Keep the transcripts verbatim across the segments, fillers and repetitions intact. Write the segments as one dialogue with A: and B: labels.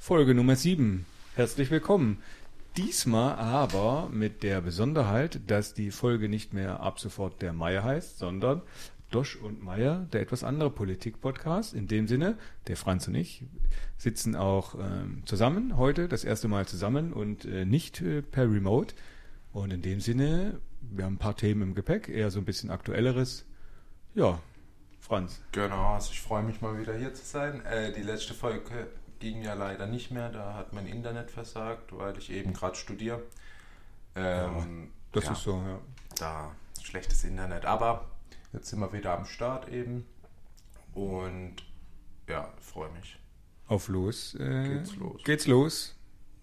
A: Folge Nummer sieben. Herzlich willkommen. Diesmal aber mit der Besonderheit, dass die Folge nicht mehr ab sofort der Meier heißt, sondern Dosch und Meier, der etwas andere Politik-Podcast. In dem Sinne, der Franz und ich sitzen auch ähm, zusammen heute, das erste Mal zusammen und äh, nicht äh, per Remote. Und in dem Sinne, wir haben ein paar Themen im Gepäck, eher so ein bisschen aktuelleres. Ja, Franz.
B: Genau, also ich freue mich mal wieder hier zu sein. Äh, die letzte Folge ging ja leider nicht mehr, da hat mein Internet versagt, weil ich eben gerade studiere. Ähm,
A: ja, das
B: ja,
A: ist so, ja.
B: Da schlechtes Internet, aber jetzt sind wir wieder am Start eben und ja, freue mich.
A: Auf los. Äh,
B: geht's los.
A: Geht's los.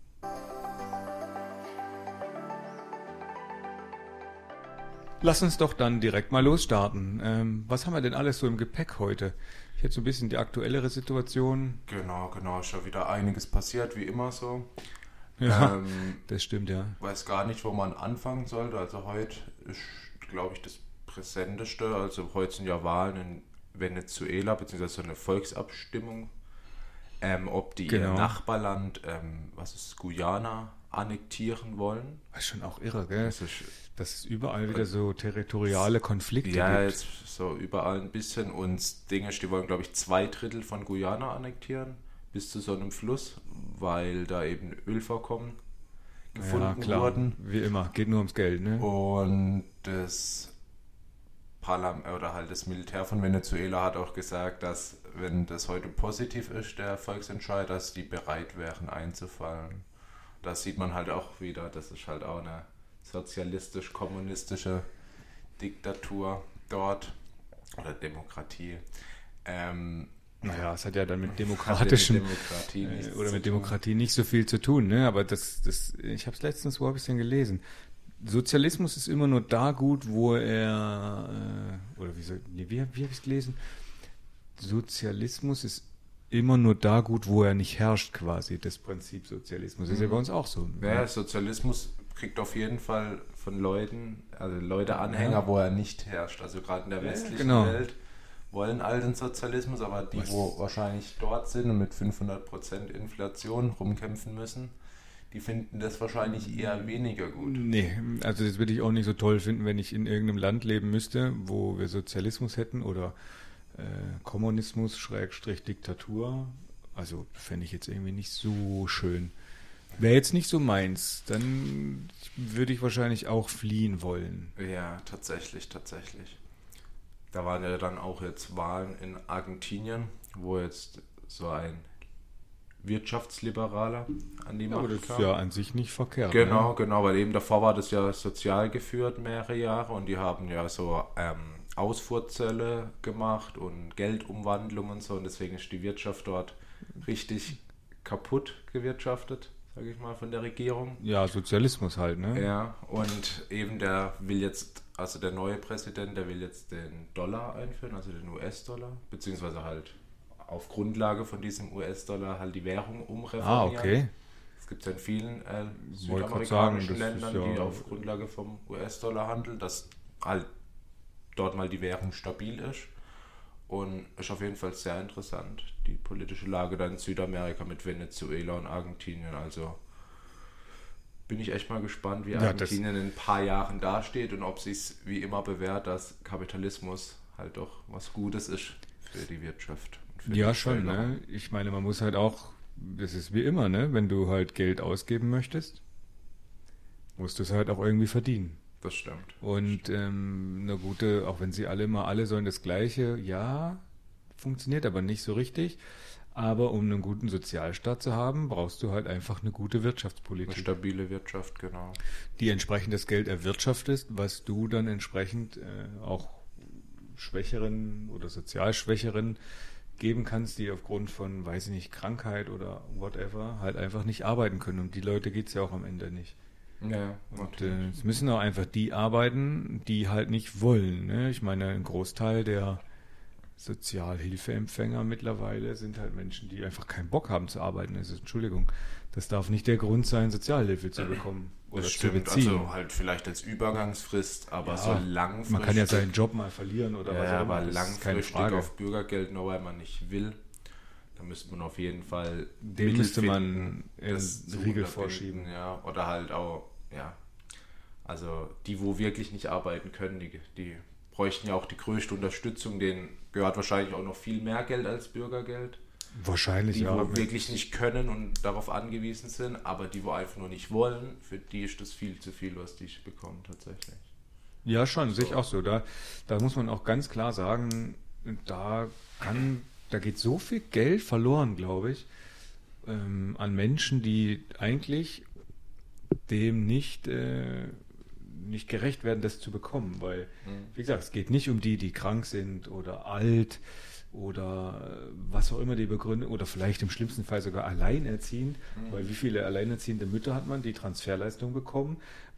A: Lass uns doch dann direkt mal losstarten. Ähm, was haben wir denn alles so im Gepäck heute? Ich hätte so ein bisschen die aktuellere Situation.
B: Genau, genau, ist schon wieder einiges passiert, wie immer so.
A: Ja,
B: ähm,
A: das stimmt, ja.
B: Weiß gar nicht, wo man anfangen sollte. Also heute ist, glaube ich, das Präsenteste. Also heute sind ja Wahlen in Venezuela, beziehungsweise eine Volksabstimmung, ähm, ob die
A: Genau.
B: ihr Nachbarland, ähm, was ist Guyana, annektieren wollen.
A: Das ist schon auch irre, gell?
B: Das ist,
A: Dass es überall wieder so territoriale Konflikte
B: ja,
A: gibt.
B: jetzt so überall ein bisschen. Und das Ding ist, die wollen, glaube ich, zwei Drittel von Guyana annektieren, bis zu so einem Fluss, weil da eben Ölvorkommen gefunden
A: Ja, klar.
B: wurden.
A: Wie immer, geht nur ums Geld, ne?
B: Und das Parlament oder halt das Militär von Venezuela hat auch gesagt, dass, wenn das heute positiv ist, der Volksentscheid, dass die bereit wären einzufallen. Das sieht man halt auch wieder, das ist halt auch eine sozialistisch-kommunistische Diktatur dort oder Demokratie. Ähm,
A: Naja, es hat ja dann mit
B: hat
A: demokratischen
B: ja mit Demokratie
A: äh,
B: nichts
A: oder
B: zu
A: mit
B: tun.
A: Demokratie nicht so viel zu tun, ne? Aber das, das, ich habe es letztens, wo habe ich es denn gelesen? Sozialismus ist immer nur da gut, wo er äh, oder wie soll, nee, wie, wie habe ich es gelesen? Sozialismus ist immer nur da gut, wo er nicht herrscht, quasi, das Prinzip Sozialismus. Ist ja bei uns auch so.
B: Ja, Sozialismus kriegt auf jeden Fall von Leuten, also Leute Anhänger,
A: Ja.
B: wo er nicht herrscht. Also gerade in der
A: Ja,
B: westlichen
A: genau.
B: Welt wollen all den Sozialismus, aber die,
A: Was?
B: wo wahrscheinlich dort sind und mit fünfhundert Prozent Inflation rumkämpfen müssen, die finden das wahrscheinlich eher weniger gut.
A: Nee, also das würde ich auch nicht so toll finden, wenn ich in irgendeinem Land leben müsste, wo wir Sozialismus hätten oder äh, Kommunismus, Schrägstrich Diktatur. Also fände ich jetzt irgendwie nicht so schön. Wäre jetzt nicht so meins, dann würde ich wahrscheinlich auch fliehen wollen.
B: Ja, tatsächlich, tatsächlich. Da waren ja dann auch jetzt Wahlen in Argentinien, wo jetzt so ein Wirtschaftsliberaler an die
A: Ja, aber
B: Macht
A: das ist
B: kam.
A: ja an sich nicht verkehrt.
B: Genau,
A: Ne?
B: genau, weil eben davor war das ja sozial geführt mehrere Jahre und die haben ja so ähm, Ausfuhrzölle gemacht und Geldumwandlung und so und deswegen ist die Wirtschaft dort richtig kaputt gewirtschaftet, sage ich mal, von der Regierung.
A: Ja, Sozialismus halt, ne?
B: Ja, und eben der will jetzt, also der neue Präsident, der will jetzt den Dollar einführen, also den U S-Dollar, beziehungsweise halt auf Grundlage von diesem U S-Dollar halt die Währung umreformieren.
A: Ah, okay.
B: Es gibt ja in vielen äh,
A: Wollte grad sagen,
B: südamerikanischen
A: das ist
B: Ländern,
A: ja-
B: die auf Grundlage vom U S-Dollar handeln, dass halt dort mal die Währung stabil ist. Und ist auf jeden Fall sehr interessant, die politische Lage da in Südamerika mit Venezuela und Argentinien. Also bin ich echt mal gespannt, wie
A: Ja, das-
B: Argentinien in ein paar Jahren dasteht und ob sich wie immer bewährt, dass Kapitalismus halt doch was Gutes ist für die Wirtschaft. und für
A: Ja,
B: die
A: schon,
B: Bevölkerung.
A: ne? Ich meine, man muss halt auch, das ist wie immer, ne? Wenn du halt Geld ausgeben möchtest, musst du es halt auch irgendwie verdienen.
B: Das stimmt.
A: Und ähm, eine gute, auch wenn sie alle immer alle sollen das Gleiche, ja, funktioniert aber nicht so richtig. Aber um einen guten Sozialstaat zu haben, brauchst du halt einfach eine gute
B: Eine
A: Wirtschaftspolitik,
B: stabile Wirtschaft, genau.
A: die entsprechend das Geld erwirtschaftest, was du dann entsprechend äh, auch Schwächeren oder sozial Schwächeren geben kannst, die aufgrund von, weiß ich nicht, Krankheit oder whatever halt einfach nicht arbeiten können. Um die Leute geht es ja auch am Ende nicht.
B: Ja,
A: Und äh, es müssen auch einfach die arbeiten, die halt nicht wollen. Ne? Ich meine, ein Großteil der Sozialhilfeempfänger mittlerweile sind halt Menschen, die einfach keinen Bock haben zu arbeiten. Also Entschuldigung, das darf nicht der Grund sein, Sozialhilfe zu bekommen oder
B: das
A: zu
B: stimmt,
A: beziehen.
B: also halt vielleicht als Übergangsfrist, aber
A: Ja,
B: so langfristig.
A: Man kann ja seinen Job mal verlieren oder
B: ja,
A: was auch immer.
B: aber
A: Das ist keine
B: langfristig
A: Frage.
B: auf Bürgergeld, nur weil man nicht will. da müsste man auf jeden Fall
A: Dem
B: Mittel
A: müsste man
B: finden,
A: einen
B: das zu
A: Riegel
B: unterbinden,
A: vorschieben.
B: Ja, oder halt auch, ja, also die, wo wirklich nicht arbeiten können, die, die bräuchten ja auch die größte Unterstützung, denen gehört wahrscheinlich auch noch viel mehr Geld als Bürgergeld.
A: Wahrscheinlich,
B: Die,
A: ja.
B: wo wirklich nicht können und darauf angewiesen sind, aber die, wo einfach nur nicht wollen, für die ist das viel zu viel, was die bekommen tatsächlich.
A: Ja, schon,
B: So.
A: sehe ich auch so. Da, da muss man auch ganz klar sagen, da kann, da geht so viel Geld verloren, glaube ich, ähm, an Menschen, die eigentlich dem nicht, äh, nicht gerecht werden, das zu bekommen. Weil,
B: Mhm.
A: wie gesagt, es geht nicht um die, die krank sind oder alt oder äh, was auch immer die Begründung, oder vielleicht im schlimmsten Fall sogar alleinerziehend,
B: Mhm.
A: weil wie viele alleinerziehende Mütter hat man, die Transferleistung bekommen,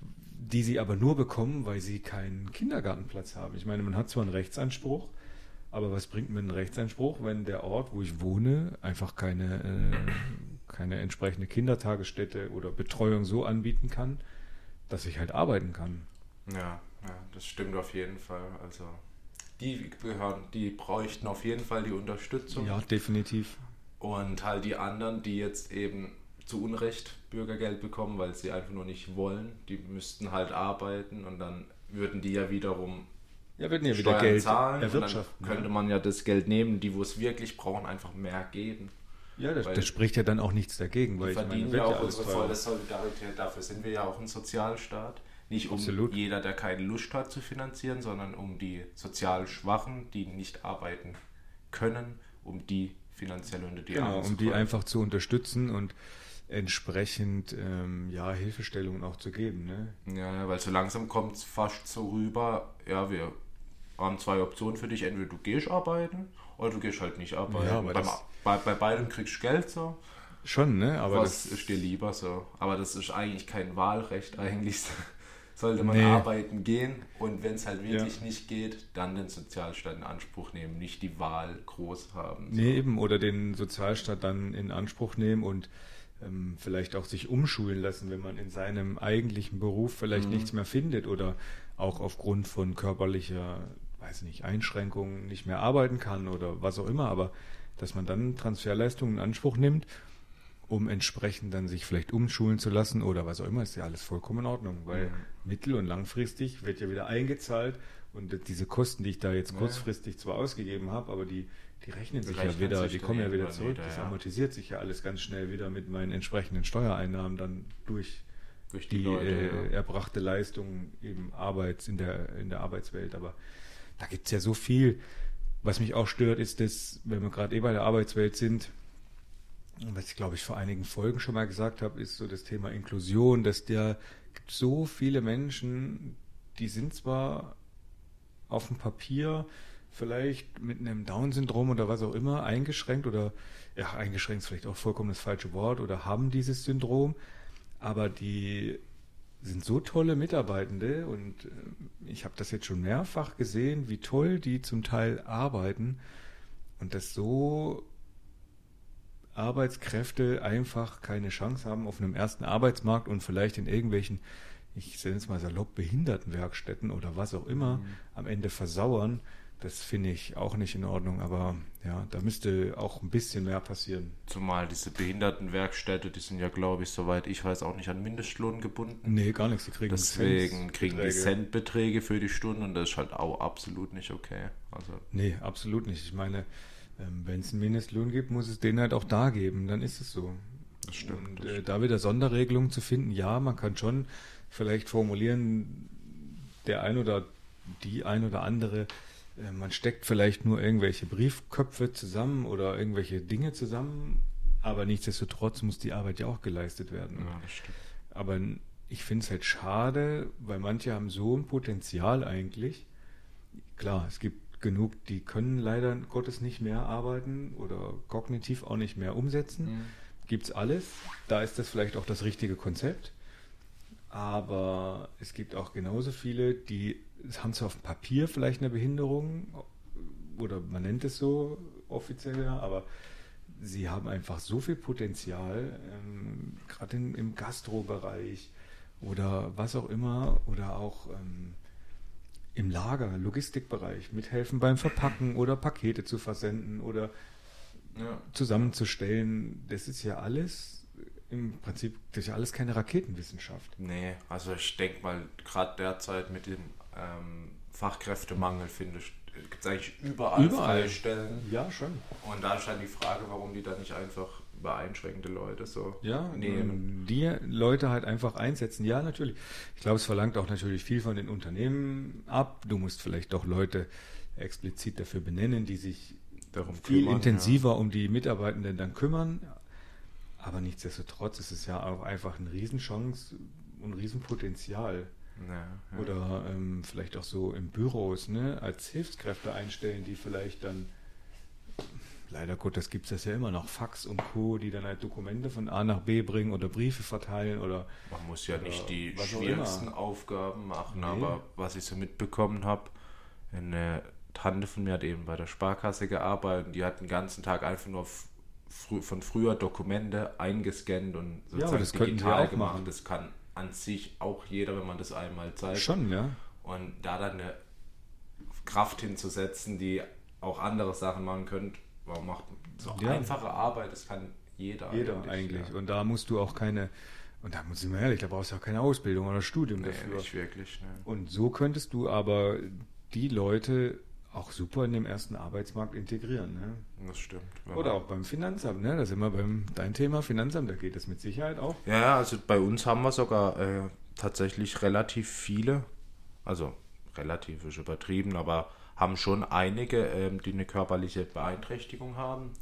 A: die sie aber nur bekommen, weil sie keinen Kindergartenplatz haben. Ich meine, man hat zwar einen Rechtsanspruch, aber was bringt mir ein Rechtsanspruch, wenn der Ort, wo ich wohne, einfach keine, äh, keine entsprechende Kindertagesstätte oder Betreuung so anbieten kann, dass ich halt arbeiten kann.
B: Ja, ja, das stimmt auf jeden Fall. Also die gehören, die bräuchten auf jeden Fall die Unterstützung.
A: Ja, definitiv.
B: Und halt die anderen, die jetzt eben zu Unrecht Bürgergeld bekommen, weil sie einfach nur nicht wollen, die müssten halt arbeiten und dann würden die ja wiederum
A: Ja, werden ja wieder
B: Steuern
A: Geld
B: zahlen und dann
A: erwirtschaften.
B: könnte man ja das Geld nehmen, die wo es wirklich brauchen, einfach mehr geben.
A: Ja, das,
B: Weil
A: das spricht ja dann auch nichts dagegen, weil
B: Wir
A: ich meine,
B: verdienen
A: wird
B: ja
A: ja
B: auch
A: alles
B: unsere
A: teurer.
B: volle Solidarität, dafür sind wir ja auch ein Sozialstaat. Nicht um
A: Absolut.
B: jeder, der keine Lust hat, zu finanzieren, sondern um die sozial Schwachen, die nicht arbeiten können, um die finanziell unter die
A: Genau,
B: Arme zu
A: um die
B: fallen.
A: einfach zu unterstützen und entsprechend ähm, ja, Hilfestellungen auch zu geben. Ne?
B: Ja, ja, weil so langsam kommt es fast so rüber, ja, wir haben zwei Optionen für dich, entweder du gehst arbeiten oder du gehst halt nicht arbeiten.
A: Ja, aber
B: Beim,
A: das-
B: bei, bei beidem kriegst du Geld so,
A: Schon, ne? Aber
B: was
A: das
B: ist dir lieber so. Aber das ist eigentlich kein Wahlrecht, eigentlich sollte man
A: Nee.
B: arbeiten gehen und wenn es halt wirklich
A: Ja.
B: nicht geht, dann den Sozialstaat in Anspruch nehmen, nicht die Wahl groß haben. So.
A: Nee, eben, oder den Sozialstaat dann in Anspruch nehmen und ähm, vielleicht auch sich umschulen lassen, wenn man in seinem eigentlichen Beruf vielleicht
B: Mhm.
A: nichts mehr findet oder auch aufgrund von körperlicher, weiß nicht, Einschränkungen nicht mehr arbeiten kann oder was auch immer, aber dass man dann Transferleistungen in Anspruch nimmt, um entsprechend dann sich vielleicht umschulen zu lassen oder was auch immer, ist ja alles vollkommen in Ordnung, weil
B: Mhm.
A: mittel- und langfristig wird ja wieder eingezahlt und diese Kosten, die ich da jetzt
B: Ja.
A: kurzfristig zwar ausgegeben habe, aber die, die rechnen
B: Die
A: sich
B: rechnen
A: ja wieder,
B: sich
A: die
B: dann
A: kommen ja wieder
B: irgendwann
A: zurück,
B: wieder,
A: das
B: ja.
A: amortisiert sich ja alles ganz schnell wieder mit meinen entsprechenden Steuereinnahmen dann durch
B: Durch die,
A: die
B: Leute.
A: äh,
B: ja.
A: erbrachte Leistung eben Arbeits, in der, in der Arbeitswelt. Aber da gibt es ja so viel. Was mich auch stört, ist, dass, wenn wir gerade eh bei der Arbeitswelt sind, was ich glaube ich vor einigen Folgen schon mal gesagt habe, ist so das Thema Inklusion, dass der gibt so viele Menschen, die sind zwar auf dem Papier vielleicht mit einem Down-Syndrom oder was auch immer eingeschränkt oder ja, eingeschränkt ist vielleicht auch vollkommen das falsche Wort oder haben dieses Syndrom, aber die sind so tolle Mitarbeitende und äh, ich habe das jetzt schon mehrfach gesehen, wie toll die zum Teil arbeiten und dass so Arbeitskräfte einfach keine Chance haben auf einem ersten Arbeitsmarkt und vielleicht in irgendwelchen, ich nenne es mal salopp, Behindertenwerkstätten oder was auch immer,
B: Mhm.
A: am Ende versauern. Das finde ich auch nicht in Ordnung, aber ja, da müsste auch ein bisschen mehr passieren.
B: Zumal diese Behindertenwerkstätte, die sind ja, glaube ich, soweit ich weiß, auch nicht an Mindestlohn gebunden.
A: Nee, gar nichts. Sie kriegen
B: Deswegen kriegen die
A: Centbeträge.
B: Centbeträge für die Stunde und das ist halt auch absolut nicht okay. Also
A: Nee, absolut nicht. Ich meine, ähm, wenn es einen Mindestlohn gibt, muss es den halt auch da geben. Dann ist es so.
B: das stimmt.
A: Und
B: das
A: äh,
B: stimmt.
A: da wieder Sonderregelungen zu finden, ja, man kann schon vielleicht formulieren, der ein oder die ein oder andere, äh, man steckt vielleicht nur irgendwelche Briefköpfe zusammen oder irgendwelche Dinge zusammen, aber nichtsdestotrotz muss die Arbeit ja auch geleistet werden.
B: Ja, das stimmt.
A: Aber ich finde es halt schade, weil manche haben so ein Potenzial eigentlich. Klar, es gibt genug, die können leider Gottes nicht mehr arbeiten oder kognitiv auch nicht mehr umsetzen.
B: Mhm.
A: Gibt's alles. Da ist das vielleicht auch das richtige Konzept. Aber es gibt auch genauso viele, die haben zwar auf dem Papier vielleicht eine Behinderung oder man nennt es so offiziell, ja, aber sie haben einfach so viel Potenzial, ähm, gerade in- im Gastrobereich oder was auch immer oder auch ähm, im Lager, Logistikbereich, mithelfen beim Verpacken oder Pakete zu versenden oder
B: Ja.
A: zusammenzustellen, das ist ja alles, im Prinzip, das ist ja alles keine Raketenwissenschaft.
B: Nee, also ich denke mal, gerade derzeit mit dem ähm, Fachkräftemangel, finde ich, gibt es eigentlich überall,
A: Überall.
B: freie Stellen.
A: Ja, schon.
B: Und da ist dann die Frage, warum die da nicht einfach über einschränkende Leute so
A: Ja,
B: nehmen.
A: die Leute halt einfach einsetzen. Ja, natürlich. Ich glaube, es verlangt auch natürlich viel von den Unternehmen ab. Du musst vielleicht doch Leute explizit dafür benennen, die sich
B: Darum
A: viel
B: kümmern,
A: intensiver um die Mitarbeitenden dann kümmern. Aber nichtsdestotrotz ist es ja auch einfach eine Riesenchance und ein Riesenpotenzial.
B: Ja, ja.
A: Oder ähm, vielleicht auch so in Büros, ne, als Hilfskräfte einstellen, die vielleicht dann, leider Gottes gibt es das ja immer noch, Fax und Co., die dann halt Dokumente von A nach B bringen oder Briefe verteilen oder
B: Man muss ja
A: oder
B: nicht die
A: was auch
B: schwierigsten
A: immer.
B: Aufgaben machen,
A: Nee.
B: aber was ich so mitbekommen habe, eine Tante von mir hat eben bei der Sparkasse gearbeitet und die hat den ganzen Tag einfach nur frü von früher Dokumente eingescannt und
A: Ja, aber
B: sozusagen
A: das könnten sie
B: digital
A: auch
B: gemacht.
A: machen.
B: Das kann an sich auch jeder, wenn man das einmal zeigt.
A: Schon, ja.
B: Und da dann eine Kraft hinzusetzen, die auch andere Sachen machen könnte, warum macht so
A: Ja.
B: einfache Arbeit, das kann jeder,
A: Jeder eigentlich.
B: Ja.
A: Und da musst du auch keine, und da muss ich mal ehrlich, da brauchst du auch keine Ausbildung oder Studium
B: Nee,
A: dafür.
B: nicht wirklich. Ne.
A: Und so könntest du aber die Leute auch super in dem ersten Arbeitsmarkt integrieren. Ne?
B: Das stimmt. Wenn
A: Oder
B: man-
A: auch beim Finanzamt, ne? Da sind wir beim dein Thema Finanzamt, da geht es mit Sicherheit auch.
B: Ja, ja, also bei uns haben wir sogar äh, tatsächlich relativ viele, also relativ ist übertrieben, aber haben schon einige, ähm, die eine körperliche Beeinträchtigung haben.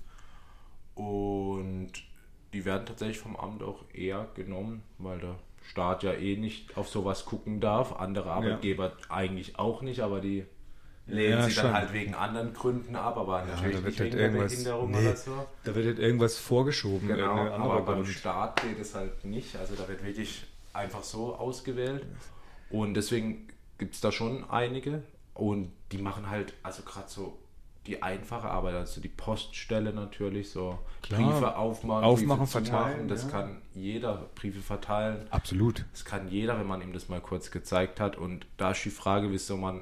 B: Und die werden tatsächlich vom Amt auch eher genommen, weil der Staat ja eh nicht auf sowas gucken darf. Andere Arbeitgeber eigentlich auch nicht, aber die lehnen
A: Ja,
B: sie dann
A: schon.
B: halt wegen anderen Gründen ab, aber
A: Ja,
B: natürlich
A: da wird
B: nicht
A: halt
B: wegen der
A: irgendwas-
B: Behinderung
A: nee.
B: oder so.
A: Da wird halt irgendwas vorgeschoben.
B: Genau,
A: irgendein anderer
B: aber beim
A: Grund.
B: Staat geht es halt nicht. Also da wird wirklich einfach so ausgewählt. Und deswegen gibt es da schon einige. Und die machen halt, also gerade so die einfache Arbeit, also die Poststelle natürlich, so
A: Klar.
B: Briefe aufmachen,
A: Aufmachen,
B: Briefe
A: verteilen,
B: zumachen, das
A: ja.
B: kann jeder, Briefe verteilen.
A: Absolut.
B: Das kann jeder, wenn man ihm das mal kurz gezeigt hat. Und da ist die Frage, wieso man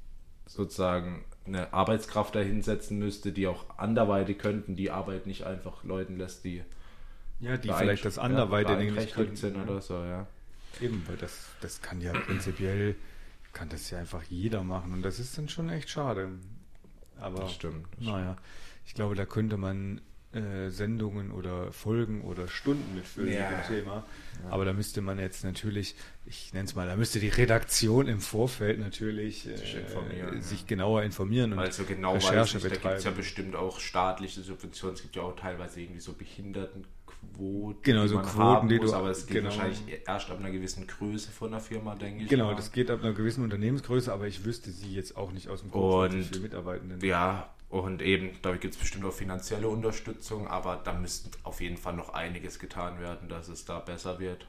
B: sozusagen eine Arbeitskraft dahinsetzen müsste, die auch anderweitig könnten, die Arbeit nicht einfach Leuten lässt, die
A: Ja, die
B: beeint-
A: vielleicht das
B: ja,
A: anderweitig nicht
B: beeinträchtigt sind
A: können.
B: oder so, ja.
A: Eben, weil das, das kann ja prinzipiell, kann das ja einfach jeder machen und das ist dann schon echt schade. Aber
B: Das stimmt. Das
A: naja, ich glaube, da könnte man äh, Sendungen oder Folgen oder Stunden mitfüllen
B: Ja.
A: mit dem Thema. Aber da müsste man jetzt natürlich, ich nenne es mal, da müsste die Redaktion im Vorfeld natürlich äh,
B: Sich informieren,
A: sich
B: ja.
A: genauer informieren und
B: Weil so genau weiß
A: Recherche
B: ich, da gibt es ja
A: betreiben.
B: bestimmt auch staatliche Subventionen, es gibt ja auch teilweise irgendwie so Behindertenquoten,
A: Genau,
B: die
A: so
B: man
A: Quoten,
B: haben
A: die
B: muss,
A: du-
B: aber es geht
A: genau.
B: wahrscheinlich erst ab einer gewissen Größe von der Firma, denke ich.
A: Genau,
B: mal.
A: das geht ab einer gewissen Unternehmensgröße, aber ich wüsste sie jetzt auch nicht aus dem Kopf,
B: Und-
A: wie viele Mitarbeitenden.
B: Ja, und eben, da gibt es bestimmt auch finanzielle Unterstützung, aber da müsste auf jeden Fall noch einiges getan werden, dass es da besser wird.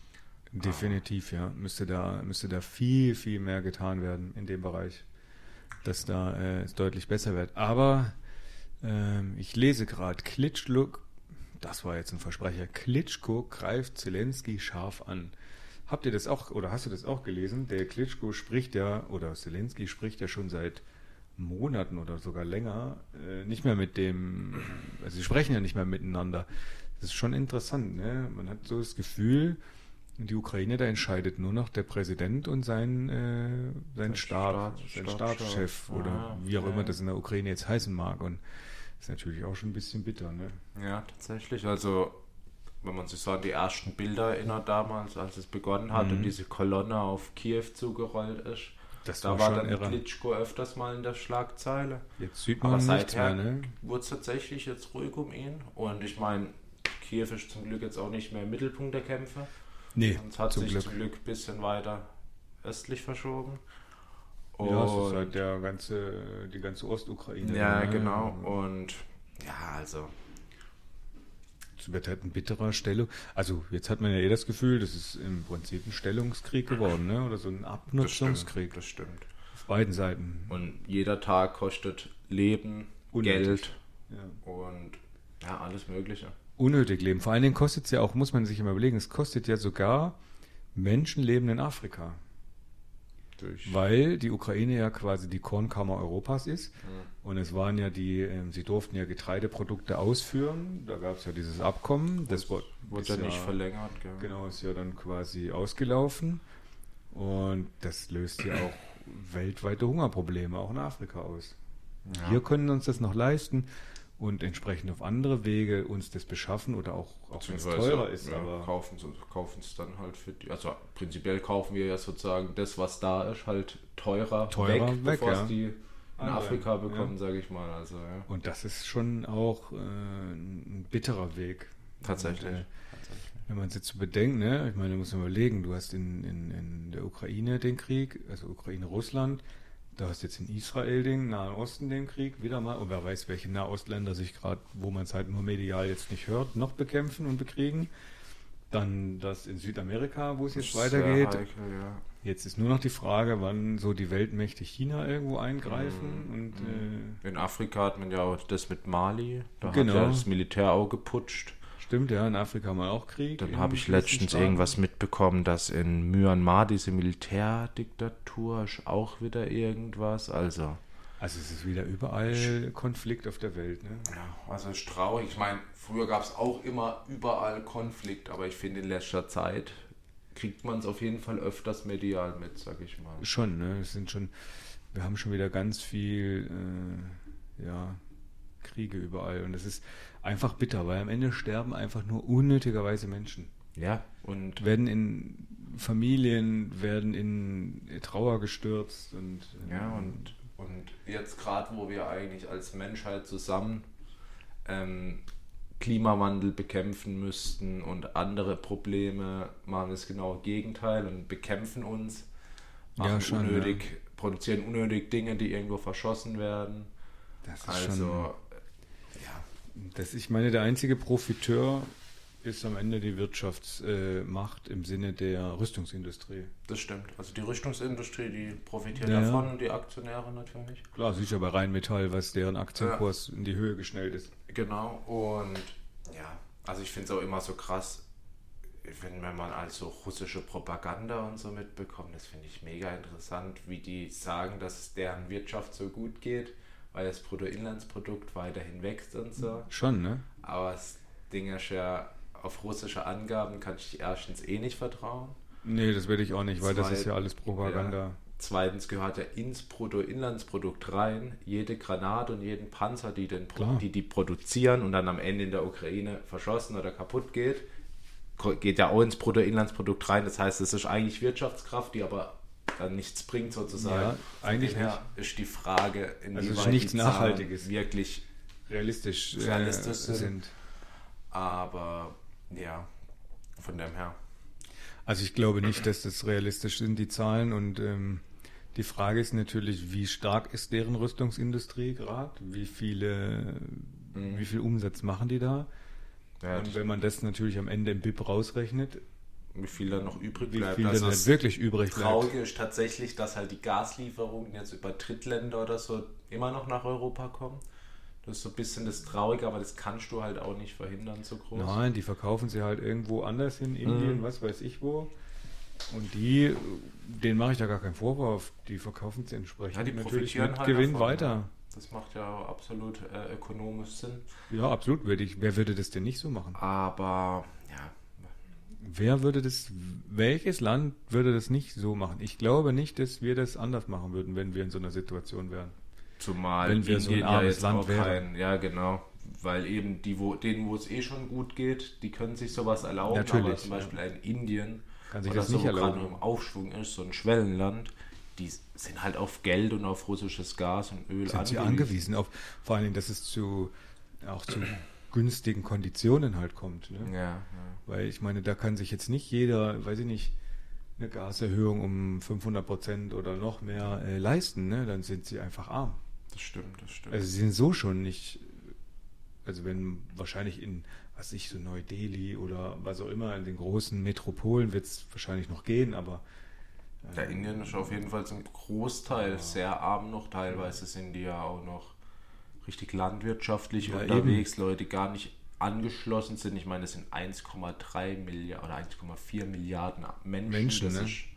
A: Definitiv, ja. Müsste da, müsste da viel, viel mehr getan werden in dem Bereich, dass da äh, es deutlich besser wird. Aber ähm, ich lese gerade, Klitschko, das war jetzt ein Versprecher, Klitschko greift Zelensky scharf an. Habt ihr das auch, oder hast du das auch gelesen? Der Klitschko spricht ja, oder Zelensky spricht ja schon seit Monaten oder sogar länger äh, nicht mehr mit dem, also sie sprechen ja nicht mehr miteinander. Das ist schon interessant, ne? Man hat so das Gefühl, die Ukraine, da entscheidet nur noch der Präsident und sein, äh, sein
B: Der
A: Stab,
B: Staat-
A: sein
B: Stabschef.
A: Stabschef oder
B: Ah,
A: wie auch
B: ja.
A: immer das in der Ukraine jetzt heißen mag. Und das ist natürlich auch schon ein bisschen bitter, ne?
B: Ja, tatsächlich. Also, wenn man sich so an die ersten Bilder erinnert damals, als es begonnen hat und diese Kolonne auf Kiew zugerollt ist,
A: Das
B: da
A: war
B: war
A: schon
B: dann
A: irre.
B: Klitschko öfters mal in der Schlagzeile.
A: Jetzt sieht
B: Aber
A: man nichts
B: seither
A: mehr, ne?
B: wurde es tatsächlich jetzt ruhig um ihn. Und ich meine, Kiew ist zum Glück jetzt auch nicht mehr im Mittelpunkt der Kämpfe.
A: Nee,
B: Und es hat
A: zum
B: sich
A: Glück.
B: zum Glück ein bisschen weiter östlich verschoben.
A: Ja, es ist
B: Und-
A: halt der ganze, die ganze Ostukraine.
B: ja,
A: ne?
B: genau. Und ja, also
A: Es wird halt ein bitterer Stellung. Also jetzt hat man ja eh das Gefühl, das ist im Prinzip ein Stellungskrieg geworden, ne? Oder so ein
B: das
A: Abnutzungskrieg
B: stimmt, das stimmt.
A: auf beiden Seiten.
B: Und jeder Tag kostet Leben,
A: Unnötig.
B: Geld
A: Ja.
B: und ja, alles Mögliche.
A: Unnötig leben. Vor allen Dingen kostet es ja auch, muss man sich immer überlegen, es kostet ja sogar Menschenleben in Afrika.
B: Durch.
A: Weil die Ukraine ja quasi die Kornkammer Europas ist.
B: Mhm.
A: Und es waren ja die, ähm, sie durften ja Getreideprodukte ausführen. Da gab es ja dieses Abkommen. Das wurde,
B: Wurde ja nicht verlängert. Gell?
A: Genau, ist ja dann quasi ausgelaufen. Und das löst ja auch weltweite Hungerprobleme, auch in Afrika aus.
B: Ja.
A: Wir können uns das noch leisten und entsprechend auf andere Wege uns das beschaffen oder auch, auch wenn es teurer ist.
B: Ja,
A: aber
B: kaufen es dann halt für die. Also prinzipiell kaufen wir ja sozusagen das, was da ist, halt teurer,
A: Teurer
B: weg,
A: weg,
B: bevor
A: ja.
B: es die in
A: Andere,
B: Afrika bekommen,
A: ja.
B: sage ich mal. Also, ja.
A: Und das ist schon auch äh, ein bitterer Weg.
B: Tatsächlich.
A: Und, äh,
B: Tatsächlich.
A: wenn man es jetzt so bedenkt, ne, ich meine, du musst mal überlegen, du hast in, in, in der Ukraine den Krieg, also Ukraine-Russland, da hast jetzt in Israel den Nahen Osten den Krieg, wieder mal, und wer weiß, welche Nahostländer sich gerade, wo man es halt nur medial jetzt nicht hört, noch bekämpfen und bekriegen. Dann das in Südamerika, wo es jetzt weitergeht.
B: Sehr heikel, ja.
A: Jetzt ist nur noch die Frage, wann so die Weltmächte China irgendwo eingreifen.
B: Mhm.
A: Und, äh,
B: In Afrika hat man ja auch das mit Mali, da
A: Genau.
B: hat ja das Militär auch geputscht.
A: Stimmt, ja, in Afrika haben wir auch Krieg.
B: Dann
A: in
B: habe ich
A: gewissen
B: letztens
A: Staaten.
B: irgendwas mitbekommen, dass in Myanmar diese Militärdiktatur ist auch wieder irgendwas. Also,
A: Also es ist wieder überall Konflikt auf der Welt, ne?
B: ja, also ist traurig. Ich meine, früher gab es auch immer überall Konflikt, aber ich finde in letzter Zeit kriegt man es auf jeden Fall öfters medial mit, sag ich mal.
A: Schon, ne? Es sind schon, wir haben schon wieder ganz viel, äh, ja, Kriege überall. Und es ist einfach bitter, weil am Ende sterben einfach nur unnötigerweise Menschen.
B: Ja, und
A: Werden in Familien, werden in Trauer gestürzt und äh,
B: ja, und, und jetzt gerade, wo wir eigentlich als Menschheit zusammen ähm, Klimawandel bekämpfen müssten und andere Probleme, machen das genaue Gegenteil und bekämpfen uns, machen
A: Ja, schon,
B: unnötig, produzieren unnötig Dinge, die irgendwo verschossen werden.
A: das ist
B: Also,
A: schon,
B: ja,
A: das, ich meine, der einzige Profiteur ist am Ende die Wirtschaftsmacht äh, im Sinne der Rüstungsindustrie.
B: das stimmt. Also die Rüstungsindustrie, die profitiert
A: Ja.
B: davon und die Aktionäre natürlich.
A: Klar, sicher bei Rheinmetall, was deren Aktienkurs in die Höhe geschnellt ist.
B: Genau, und ja, also ich finde es auch immer so krass, wenn, wenn man also russische Propaganda und so mitbekommt, das finde ich mega interessant, wie die sagen, dass es deren Wirtschaft so gut geht, weil das Bruttoinlandsprodukt weiterhin wächst und so.
A: Schon, ne?
B: Aber das Ding ist ja, auf russische Angaben kann ich erstens eh nicht vertrauen.
A: Nee, das werde ich auch nicht, weil das
B: Zweit-
A: ist ja alles Propaganda.
B: Ja. Zweitens gehört ja ins Bruttoinlandsprodukt rein jede Granate und jeden Panzer, die, den,
A: Klar.
B: die die produzieren und dann am Ende in der Ukraine verschossen oder kaputt geht, ko- geht ja auch ins Bruttoinlandsprodukt rein. Das heißt, es ist eigentlich Wirtschaftskraft, die aber dann nichts bringt sozusagen.
A: Ja, eigentlich
B: Von dem her ist die Frage,
A: Also es ist
B: inwieweit
A: nichts
B: die Zahlen
A: Nachhaltiges.
B: wirklich,
A: Realistisch,
B: Realistisch
A: äh,
B: sind.
A: sind.
B: aber ja, von dem her.
A: Also ich glaube nicht, dass das realistisch sind, die Zahlen. Und ähm, die Frage ist natürlich, wie stark ist deren Rüstungsindustrie gerade? Wie viele,
B: Mhm.
A: wie viel Umsatz machen die da?
B: Ja,
A: Und wenn man das natürlich am Ende im B I P rausrechnet,
B: wie viel da noch übrig
A: wie
B: bleibt.
A: viel
B: Also
A: dann
B: es
A: halt wirklich übrig bleibt.
B: Traurige ist tatsächlich, dass halt die Gaslieferungen jetzt über Drittländer oder so immer noch nach Europa kommen. Das ist so ein bisschen das Traurige, aber das kannst du halt auch nicht verhindern so groß.
A: Nein, die verkaufen sie halt irgendwo anders hin, Indien,
B: Mhm.
A: was weiß ich wo. Und die, denen mache ich da gar keinen Vorwurf, die verkaufen sie entsprechend
B: Ja, die
A: natürlich
B: profitieren
A: mit
B: halt
A: Gewinn
B: davon,
A: weiter.
B: ja. Das macht ja auch absolut äh, ökonomisch Sinn.
A: Ja, absolut würde ich. Wer würde das denn nicht so machen?
B: Aber ja,
A: Wer würde das, welches Land würde das nicht so machen? Ich glaube nicht, dass wir das anders machen würden, wenn wir in so einer Situation wären.
B: zumal
A: Wenn wir so ein
B: Indien
A: armes Land
B: auch
A: wären.
B: kein, ja genau, weil eben die, wo, denen, wo es eh schon gut geht, die können sich sowas erlauben,
A: Natürlich,
B: aber zum Beispiel ein Indien
A: Kann sich
B: oder
A: das
B: so,
A: nicht
B: wo gerade
A: erlauben.
B: im Aufschwung ist, so ein Schwellenland, die sind halt auf Geld und auf russisches Gas und Öl
A: Sind sie angewiesen auf, vor allen Dingen, dass es zu, auch zu günstigen Konditionen halt kommt. Ne?
B: Ja, ja.
A: Weil ich meine, da kann sich jetzt nicht jeder, weiß ich nicht, eine Gaserhöhung um fünfhundert Prozent oder noch mehr äh, leisten. Ne? Dann sind sie einfach arm.
B: Das stimmt, das stimmt.
A: Also sie sind so schon nicht, also wenn wahrscheinlich in, was weiß ich, so Neu-Delhi oder was auch immer, in den großen Metropolen wird es wahrscheinlich noch gehen, aber äh,
B: Der Indien ist auf jeden Fall zum Großteil sehr arm noch. Teilweise sind die ja auch noch richtig landwirtschaftlich
A: Ja,
B: unterwegs, Leute, die gar nicht angeschlossen sind. Ich meine, das sind eins Komma drei Milliarden oder eins Komma vier Milliarden Menschen.
A: Menschen,
B: das
A: ne?
B: ist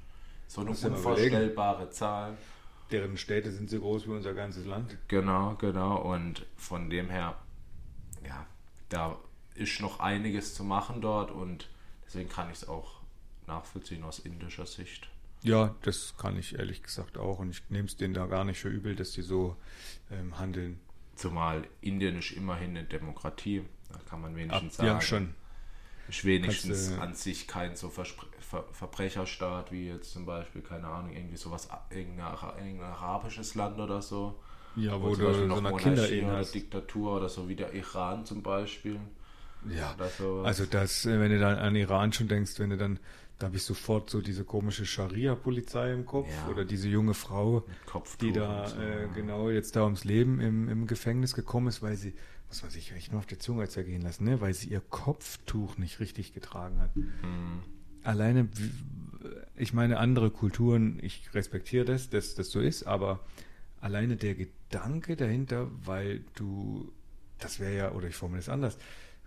B: So eine
A: Muss ja mal
B: unvorstellbare Zahl.
A: Deren Städte sind so groß wie unser ganzes Land.
B: Genau, genau. Und von dem her, ja, da ist noch einiges zu machen dort und deswegen kann ich es auch nachvollziehen aus indischer Sicht.
A: Ja, das kann ich ehrlich gesagt auch und ich nehme es denen da gar nicht für übel, dass die so ähm, handeln.
B: Zumal Indien ist immerhin eine Demokratie, da kann man wenigstens
A: Ab,
B: sagen.
A: ja, schon.
B: Ist wenigstens
A: Kannst, äh,
B: an sich kein so Verspre- Ver- Verbrecherstaat wie jetzt zum Beispiel, keine Ahnung, irgendwie sowas, irgendein, Ara- irgendein arabisches Land oder so.
A: Ja, wo
B: Wo zum
A: du
B: Beispiel
A: so
B: noch
A: eine
B: Monarchie
A: Kinderehen
B: oder
A: hast.
B: Diktatur oder so wie der Iran zum Beispiel.
A: Ja,
B: Oder sowas.
A: also das, äh, wenn du dann an Iran schon denkst, wenn du dann, da habe ich sofort so diese komische Scharia-Polizei im Kopf
B: Ja.
A: oder diese junge Frau,
B: Kopftuch
A: die da
B: und so.
A: äh, genau jetzt da ums Leben im, im Gefängnis gekommen ist, weil sie, muss man sich echt nur auf die Zunge zergehen lassen, ne? Weil sie ihr Kopftuch nicht richtig getragen hat.
B: Mhm.
A: Alleine, wie- ich meine, andere Kulturen, ich respektiere das, dass das so ist, aber alleine der Gedanke dahinter, weil du, das wäre ja, oder ich formuliere es anders,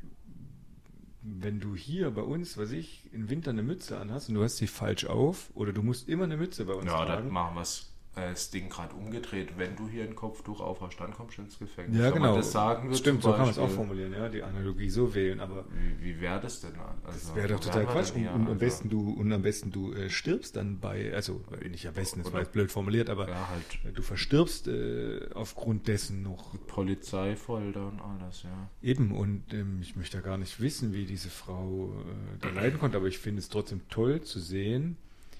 A: wenn du hier bei uns, was ich, im Winter eine Mütze anhast und du hast sie falsch auf, oder du musst immer eine Mütze bei uns
B: Ja, dann
A: tragen.
B: machen wir das Ding gerade umgedreht. Wenn du hier ein Kopftuch aufhast, dann kommst du ins Gefängnis.
A: Ja,
B: Wenn
A: genau.
B: man das sagen würde,
A: Stimmt,
B: zum
A: so kann man es auch
B: Beispiel,
A: formulieren, ja, die Analogie so wählen, aber
B: Wie, wie wäre das denn? Also,
A: das wäre doch
B: wo
A: total
B: wären wir
A: Quatsch.
B: denn
A: Und,
B: hier?
A: und am
B: Also,
A: besten du, und am besten du äh, stirbst dann bei, also äh, nicht am besten, das war
B: Oder-
A: jetzt blöd formuliert, aber
B: Ja, halt
A: du verstirbst äh, aufgrund dessen noch.
B: Polizeifolter und alles, ja.
A: Eben, und ähm, ich möchte ja gar nicht wissen, wie diese Frau äh, da leiden konnte, aber ich finde es trotzdem toll zu sehen,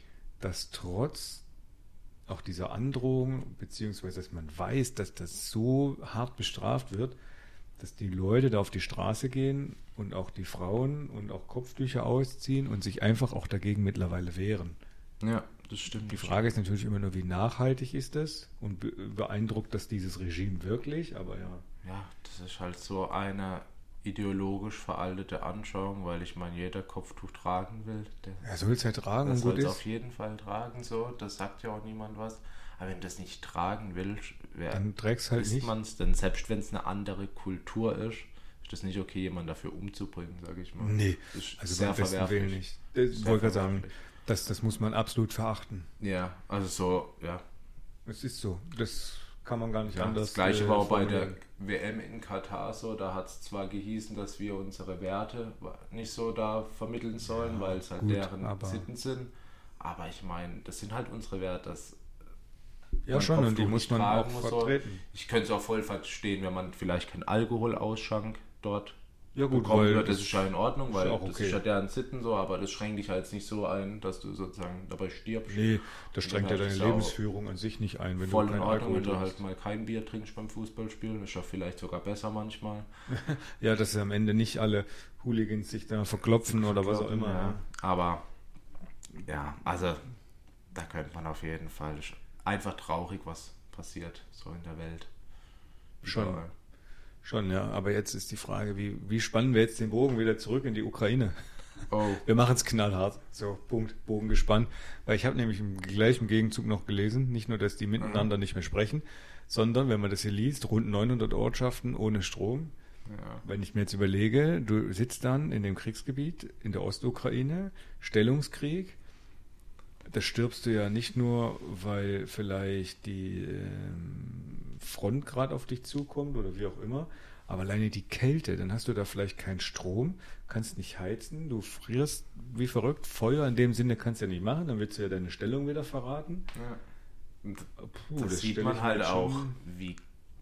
A: dass trotz auch dieser Androhung, beziehungsweise dass man weiß, dass das so hart bestraft wird, dass die Leute da auf die Straße gehen und auch die Frauen und auch Kopftücher ausziehen und sich einfach auch dagegen mittlerweile wehren.
B: Ja, das stimmt.
A: Die Frage ist natürlich immer nur, wie nachhaltig ist das und be- beeindruckt das dieses Regime wirklich, aber ja.
B: Ja, das ist halt so eine ideologisch veraltete Anschauung, weil ich meine, jeder Kopftuch tragen will, der
A: Er soll es halt tragen
B: das
A: und gut
B: soll es
A: ist.
B: auf jeden Fall tragen, so, das sagt ja auch niemand was. Aber wenn das nicht tragen will, wer
A: Dann träg's halt
B: ist
A: nicht.
B: man es? Denn selbst wenn es eine andere Kultur ist, ist das nicht okay, jemanden dafür umzubringen, sage ich mal.
A: Nee,
B: Das ist
A: also
B: sehr
A: beim besten
B: verwerflich.
A: Willen nicht. Das
B: Sehr
A: wollte ich sagen,
B: verwerflich.
A: das, das muss man absolut verachten.
B: Ja, also so, ja.
A: Es ist so. Das kann man gar nicht
B: Ja,
A: anders.
B: das gleiche
A: äh,
B: war auch bei der
A: formulieren.
B: W M in Katar so, da hat es zwar gehießen, dass wir unsere Werte nicht so da vermitteln sollen,
A: Ja,
B: weil es halt
A: gut,
B: deren
A: aber-
B: Sitten sind, aber ich meine, das sind halt unsere Werte, das
A: Ja,
B: man
A: schon, und die
B: Kopftuch
A: muss
B: nicht
A: man
B: tragen
A: auch
B: muss, so.
A: vertreten.
B: Ich könnte es auch voll verstehen, wenn man vielleicht keinen Alkoholausschank dort
A: Ja, gut,
B: bekommen
A: weil
B: wird, das
A: das
B: ist ja in Ordnung,
A: ist
B: weil
A: ja auch
B: das
A: okay.
B: ist ja deren Sitten so, aber das schränkt dich halt jetzt nicht so ein, dass du sozusagen dabei stirbst.
A: Nee, das schränkt ja
B: Das
A: deine
B: ist ja auch
A: Lebensführung an sich nicht ein, wenn
B: Voll
A: du
B: in
A: keinen
B: Ordnung,
A: Alkohol
B: wenn du
A: trinkst.
B: halt mal kein Bier trinkst beim Fußballspielen, ist ja vielleicht sogar besser manchmal.
A: Ja, dass am Ende nicht alle Hooligans sich da verklopfen oder was auch immer.
B: Ja.
A: Ja.
B: Aber ja, also da könnte man auf jeden Fall, ist einfach traurig, was passiert so in der Welt.
A: Schon.
B: Überall.
A: Schon, ja. Aber jetzt ist die Frage, wie, wie spannen wir jetzt den Bogen wieder zurück in die Ukraine?
B: Oh,
A: Wir machen es knallhart. So, Punkt, Bogen gespannt. Weil ich habe nämlich im gleichen Gegenzug noch gelesen, nicht nur, dass die miteinander nicht mehr sprechen, sondern, wenn man das hier liest, rund neunhundert Ortschaften ohne Strom.
B: ja.
A: Wenn ich mir jetzt überlege, du sitzt dann in dem Kriegsgebiet in der Ostukraine, Stellungskrieg, da stirbst du ja nicht nur, weil vielleicht die ähm, Front gerade auf dich zukommt oder wie auch immer, aber alleine die Kälte, dann hast du da vielleicht keinen Strom, kannst nicht heizen, du frierst wie verrückt, Feuer in dem Sinne kannst du ja nicht machen, dann willst du ja deine Stellung wieder verraten.
B: Ja. Und
A: Puh,
B: das sieht
A: stell
B: man
A: ich mir
B: halt
A: schon-
B: auch, wie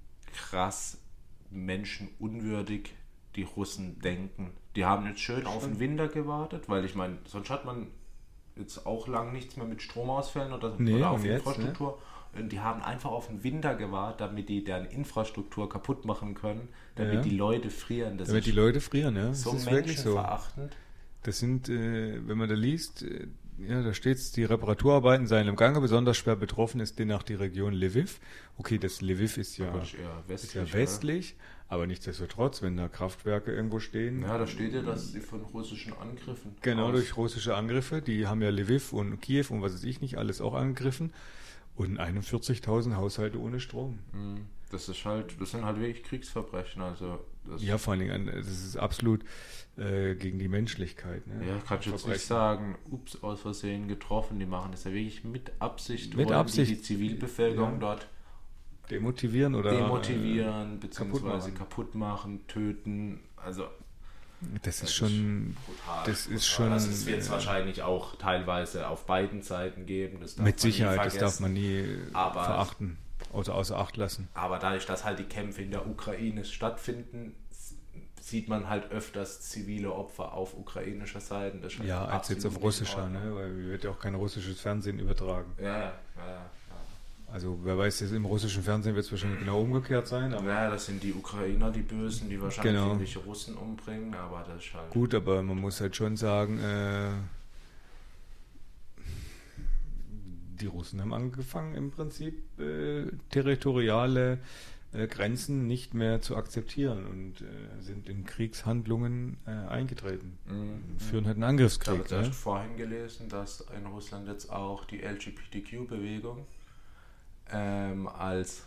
B: krass menschenunwürdig die Russen denken. Die haben jetzt schön auf den Winter gewartet, weil ich meine, sonst hat man jetzt auch lang nichts mehr mit Stromausfällen oder,
A: Nee,
B: oder auf
A: und jetzt,
B: Infrastruktur. Und die haben einfach auf den Winter gewartet, damit die deren Infrastruktur kaputt machen können, damit
A: Ja.
B: die Leute frieren. Das
A: Damit die
B: ist
A: Leute frieren, ja.
B: so
A: das ist wirklich so.
B: menschenverachtend.
A: Das sind, äh, wenn man da liest, äh, ja, da steht, die Reparaturarbeiten seien im Gange, besonders schwer betroffen ist demnach die Region Lviv. Okay, das Lviv ist ja,
B: Aber das ist eher
A: ist
B: westlich.
A: ja westlich, aber nichtsdestotrotz, wenn da Kraftwerke irgendwo stehen,
B: Oder? Ja, da steht ja, dass sie von russischen Angriffen
A: genau
B: aus-
A: durch russische Angriffe, die haben ja Lviv und Kiew und was weiß ich nicht, alles auch angegriffen und einundvierzigtausend Haushalte ohne Strom.
B: Mhm. Das ist halt, das sind halt wirklich Kriegsverbrechen. Also Das
A: ja, vor allen Dingen, das ist absolut äh, gegen die Menschlichkeit. Ne?
B: Ja, kannst du jetzt nicht sagen, ups, aus Versehen getroffen, die machen das ja wirklich mit Absicht,
A: mit
B: wollen
A: Absicht,
B: die, die Zivilbevölkerung
A: ja.
B: dort
A: demotivieren oder
B: demotivieren,
A: äh,
B: beziehungsweise kaputt machen, töten, also
A: das ist
B: das
A: schon,
B: ist brutal,
A: das
B: brutal.
A: ist schon,
B: das wird es
A: äh,
B: wahrscheinlich auch teilweise auf beiden Seiten geben. Das darf
A: mit
B: man
A: Sicherheit,
B: nie
A: das darf man nie
B: aber,
A: verachten oder außer Acht lassen.
B: Aber dadurch, dass halt die Kämpfe in der Ukraine stattfinden, sieht man halt öfters zivile Opfer auf ukrainischer Seite. Das ist halt
A: ja, als jetzt auf russischer, ne? Weil wird ja auch kein russisches Fernsehen übertragen.
B: Ja, ja, ja.
A: Also wer weiß, jetzt im russischen Fernsehen wird es wahrscheinlich genau umgekehrt sein. Aber
B: ja, das sind die Ukrainer, die Bösen, die wahrscheinlich
A: genau.
B: irgendwelche Russen umbringen, aber das ist halt...
A: Gut, aber man muss halt schon sagen, äh, die Russen haben angefangen im Prinzip äh, territoriale äh, Grenzen nicht mehr zu akzeptieren und äh, sind in Kriegshandlungen äh, eingetreten.
B: Mhm.
A: Führen halt einen
B: Ich
A: Angriffskrieg.
B: habe
A: Ne?
B: erst vorhin gelesen, dass in Russland jetzt auch die L G B T Q-Bewegung ähm, als,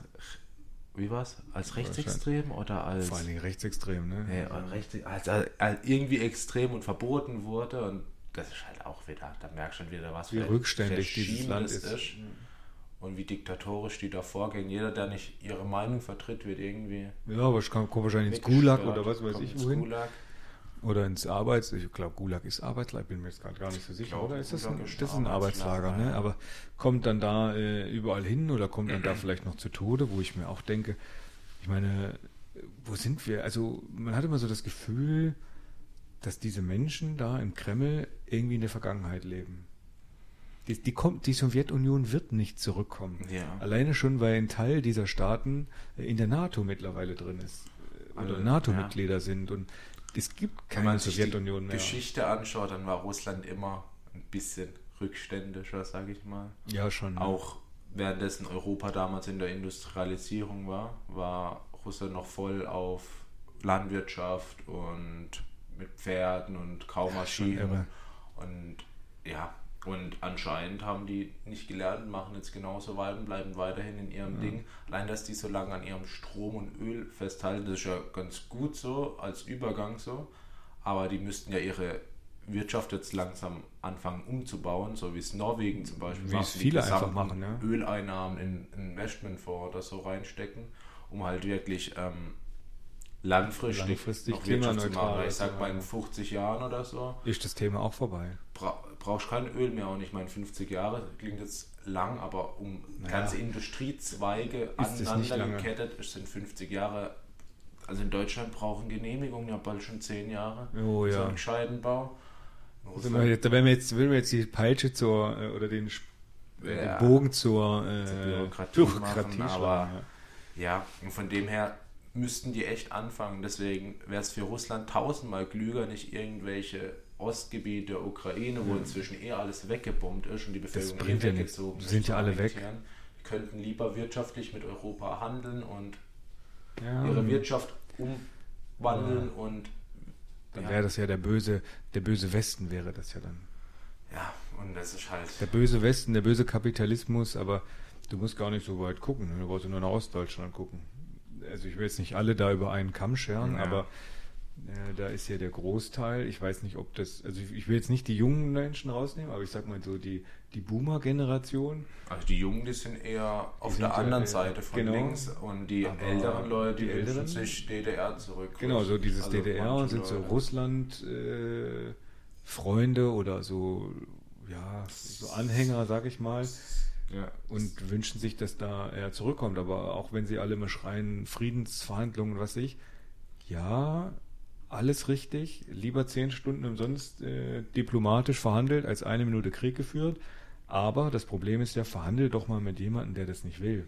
B: wie war's? Als rechtsextrem oder als...
A: Vor allen Dingen rechtsextrem, ne?
B: Nee, rechts, als, als, als irgendwie extrem und verboten wurde und das ist halt auch wieder, da merkst du schon wieder, was
A: wie
B: für
A: rückständig
B: Regime
A: dieses Land ist.
B: ist und wie diktatorisch die da vorgehen. Jeder, der nicht ihre Meinung vertritt, wird irgendwie...
A: Ja, aber ich komme wahrscheinlich ins Gulag oder was weiß ich wohin. Gulag. Oder ins Arbeits... Ich glaube, Gulag ist Arbeitslager, bin mir jetzt gerade gar nicht so sicher. Oder ist das ein, ist das ein Arbeitslager? Arbeitslager ne? Aber kommt dann da äh, überall hin oder kommt dann da vielleicht noch zu Tode, wo ich mir auch denke, ich meine, wo sind wir? Also man hat immer so das Gefühl, dass diese Menschen da im Kreml irgendwie in der Vergangenheit leben. Die, die, kommt, die Sowjetunion wird nicht zurückkommen.
B: Ja.
A: Alleine schon, weil ein Teil dieser Staaten in der NATO mittlerweile drin ist. Oder also, NATO-Mitglieder ja. sind. Und es gibt keine Wenn man
B: Sowjetunion
A: sich die
B: mehr. Geschichte anschaut, dann war Russland immer ein bisschen rückständischer, sage ich mal.
A: Ja, schon.
B: Auch währenddessen Europa damals in der Industrialisierung war, war Russland noch voll auf Landwirtschaft und mit Pferden und Kaumaschinen.
A: Ja,
B: und ja, und anscheinend haben die nicht gelernt, machen jetzt genauso weiter und bleiben weiterhin in ihrem ja. Ding. Allein, dass die so lange an ihrem Strom und Öl festhalten, das ist ja ganz gut so, als Übergang so. Aber die müssten ja ihre Wirtschaft jetzt langsam anfangen umzubauen, so wie es Norwegen zum Beispiel
A: wie es viele einfach machen, ja.
B: Öleinnahmen in einen Investmentfonds oder so reinstecken, um halt wirklich ähm, langfristig,
A: langfristig
B: noch Wirtschaft zu machen. Ich sag mal in fünfzig Jahren oder so.
A: Ist das Thema auch vorbei.
B: Bra- brauchst kein Öl mehr und ich meine fünfzig Jahre klingt jetzt lang, aber um naja. ganze Industriezweige
A: ist
B: aneinander gekettet ist, sind fünfzig Jahre. Also in Deutschland brauchen Genehmigungen ja bald schon zehn Jahre.
A: Oh ja.
B: So ein Scheidenbau.
A: Also jetzt, da werden wir jetzt, wenn wir jetzt die Peitsche zur oder den,
B: ja,
A: den Bogen zur, äh,
B: zur Bürokratie,
A: Bürokratie
B: machen, aber ja. ja, und von dem her müssten die echt anfangen. Deswegen wäre es für Russland tausendmal klüger, nicht irgendwelche Ostgebiete der Ukraine, wo inzwischen eh alles weggebombt ist und die Bevölkerung eh weggezogen ist.
A: Die sind ja alle weg.
B: Die könnten lieber wirtschaftlich mit Europa handeln und
A: ja.
B: ihre Wirtschaft umwandeln ja. und
A: dann ja. wäre das ja der böse, der böse Westen wäre das ja dann.
B: Ja, und das ist halt...
A: Der böse Westen, der böse Kapitalismus, aber du musst gar nicht so weit gucken, du brauchst nur nach Ostdeutschland gucken. Also ich will jetzt nicht alle da über einen Kamm scheren, ja. aber äh, da ist ja der Großteil, ich weiß nicht, ob das, also ich, ich will jetzt nicht die jungen Menschen rausnehmen, aber ich sag mal so, die, die Boomer-Generation.
B: Also die Jungen, die sind eher auf der anderen ja, Seite von genau, links und die älteren Leute, die, die älteren, wünschen sich D D R zurück.
A: Genau, so dieses also D D R und sind so Russland-Freunde äh, oder so, ja, so Anhänger, sag ich mal. Ja. Und wünschen sich, dass da er zurückkommt. Aber auch wenn sie alle immer schreien, Friedensverhandlungen, was weiß ich, ja, alles richtig. Lieber zehn Stunden umsonst äh, diplomatisch verhandelt, als eine Minute Krieg geführt. Aber das Problem ist ja, verhandel doch mal mit jemandem, der das nicht will.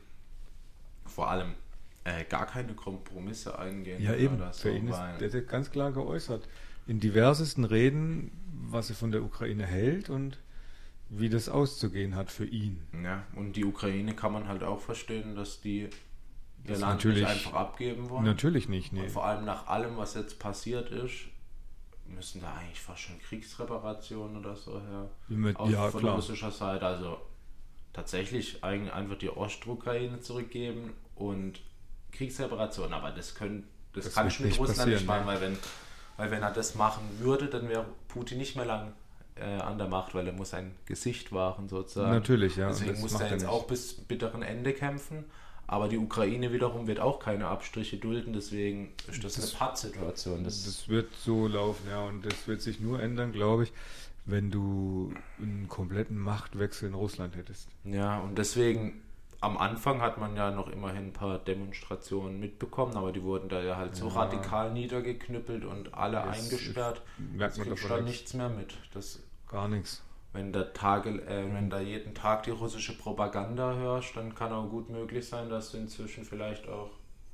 B: Vor allem äh, gar keine Kompromisse eingehen.
A: Ja, eben. So, für ihn ist, der hat ganz klar geäußert. In diversesten Reden, was er von der Ukraine hält und wie das auszugehen hat für ihn.
B: Ja, und die Ukraine kann man halt auch verstehen, dass die ihr Land nicht einfach abgeben wollen.
A: Natürlich nicht, nee.
B: Und vor allem nach allem, was jetzt passiert ist, müssen da eigentlich fast schon Kriegsreparationen oder so her.
A: Mit,
B: auch
A: ja,
B: von
A: klar.
B: russischer Seite. Also tatsächlich eigentlich einfach die Ostukraine zurückgeben und Kriegsreparationen. Aber das können das,
A: Das
B: kann
A: wird
B: ich mit
A: nicht
B: Russland nicht
A: passieren,
B: machen, weil wenn, weil wenn er das machen würde, dann wäre Putin nicht mehr lang äh, an der Macht, weil er muss sein Gesicht wahren sozusagen.
A: Natürlich, ja. und
B: Deswegen
A: das
B: muss
A: macht
B: er jetzt
A: nicht.
B: auch bis bitteren Ende kämpfen. Aber die Ukraine wiederum wird auch keine Abstriche dulden, deswegen ist das,
A: Das-
B: eine Pattsituation. Das,
A: Das wird so laufen, ja, und das wird sich nur ändern, glaube ich, wenn du einen kompletten Machtwechsel in Russland hättest.
B: ja, und deswegen am Anfang hat man ja noch immerhin ein paar Demonstrationen mitbekommen, aber die wurden da ja halt so
A: Ja.
B: radikal niedergeknüppelt und alle
A: Das
B: eingesperrt.
A: merkt
B: Jetzt
A: man
B: kriegst du
A: davon
B: da
A: nichts.
B: nichts mehr mit. Das,
A: Gar nichts.
B: wenn, da Tage, äh, wenn da jeden Tag die russische Propaganda hörst, dann kann auch gut möglich sein, dass du inzwischen vielleicht auch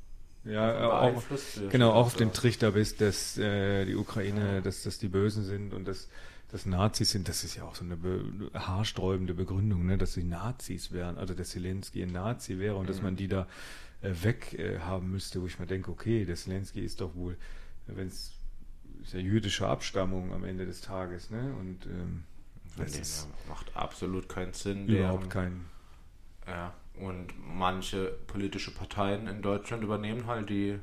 A: Ja, auch,
B: beeinflusst wirst.
A: genau, auch auf
B: Also,
A: dem Trichter bist, dass äh, die Ukraine,
B: Ja.
A: dass das die Bösen sind und dass das Nazis sind. Das ist ja auch so eine be haarsträubende Begründung, ne, dass sie Nazis wären, also dass Zelensky ein Nazi wäre und dass
B: Mhm.
A: man die da äh, weg äh, haben müsste, wo ich mir denke, okay, der Zelensky ist doch wohl, wenn es ist ja jüdische Abstammung am Ende des Tages, ne? Und ähm,
B: von
A: das
B: dem
A: ist
B: her macht absolut keinen Sinn.
A: überhaupt
B: deren-
A: kein.
B: Ja, und manche politische Parteien in Deutschland übernehmen halt die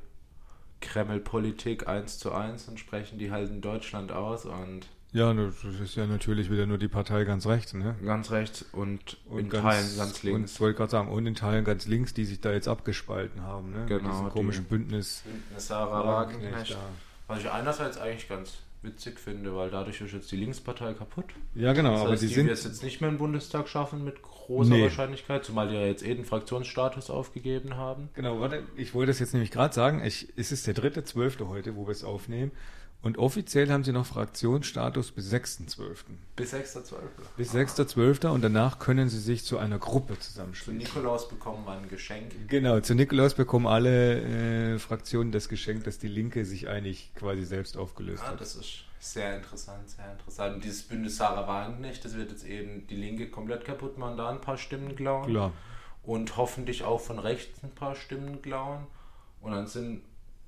B: Kreml-Politik eins zu eins und sprechen die halt in Deutschland aus und
A: Ja, das ist ja natürlich wieder nur die Partei ganz rechts, ne?
B: ganz rechts und,
A: Und
B: in
A: ganz,
B: Teilen ganz
A: Und
B: links.
A: ich wollte gerade sagen, und in Teilen ganz links, die sich da jetzt abgespalten haben, ne? Mit
B: Genau,
A: diesem
B: die-
A: komischen Bündnis.
B: Bündnis Sarah Wagenknecht.
A: da.
B: Was ich einerseits eigentlich ganz witzig finde, weil dadurch ist jetzt die Linkspartei kaputt.
A: Ja, genau,
B: Das
A: aber
B: heißt,
A: die
B: die
A: sind.
B: wir es jetzt nicht mehr im Bundestag schaffen mit großer
A: Nee.
B: Wahrscheinlichkeit, zumal die ja jetzt eh den Fraktionsstatus aufgegeben haben.
A: Genau, warte, ich wollte das jetzt nämlich gerade sagen. Ich, es ist der dritte Zwölfte heute, wo wir es aufnehmen. Und offiziell haben sie noch Fraktionsstatus bis sechsten Zwölften
B: Bis sechster zwölfter
A: Bis sechster Zwölfter und danach können sie sich zu einer Gruppe
B: Zu
A: zusammenschließen.
B: Nikolaus bekommen wir ein Geschenk.
A: Genau, zu Nikolaus bekommen alle äh, Fraktionen das Geschenk, dass die Linke sich eigentlich quasi selbst aufgelöst
B: Ja,
A: hat.
B: das ist sehr interessant, sehr interessant. Und dieses Bündnis Sarah Wagenknecht, das wird jetzt eben die Linke komplett kaputt machen, da ein paar Stimmen klauen.
A: Klar.
B: Und hoffentlich auch von rechts ein paar Stimmen klauen. Und dann sind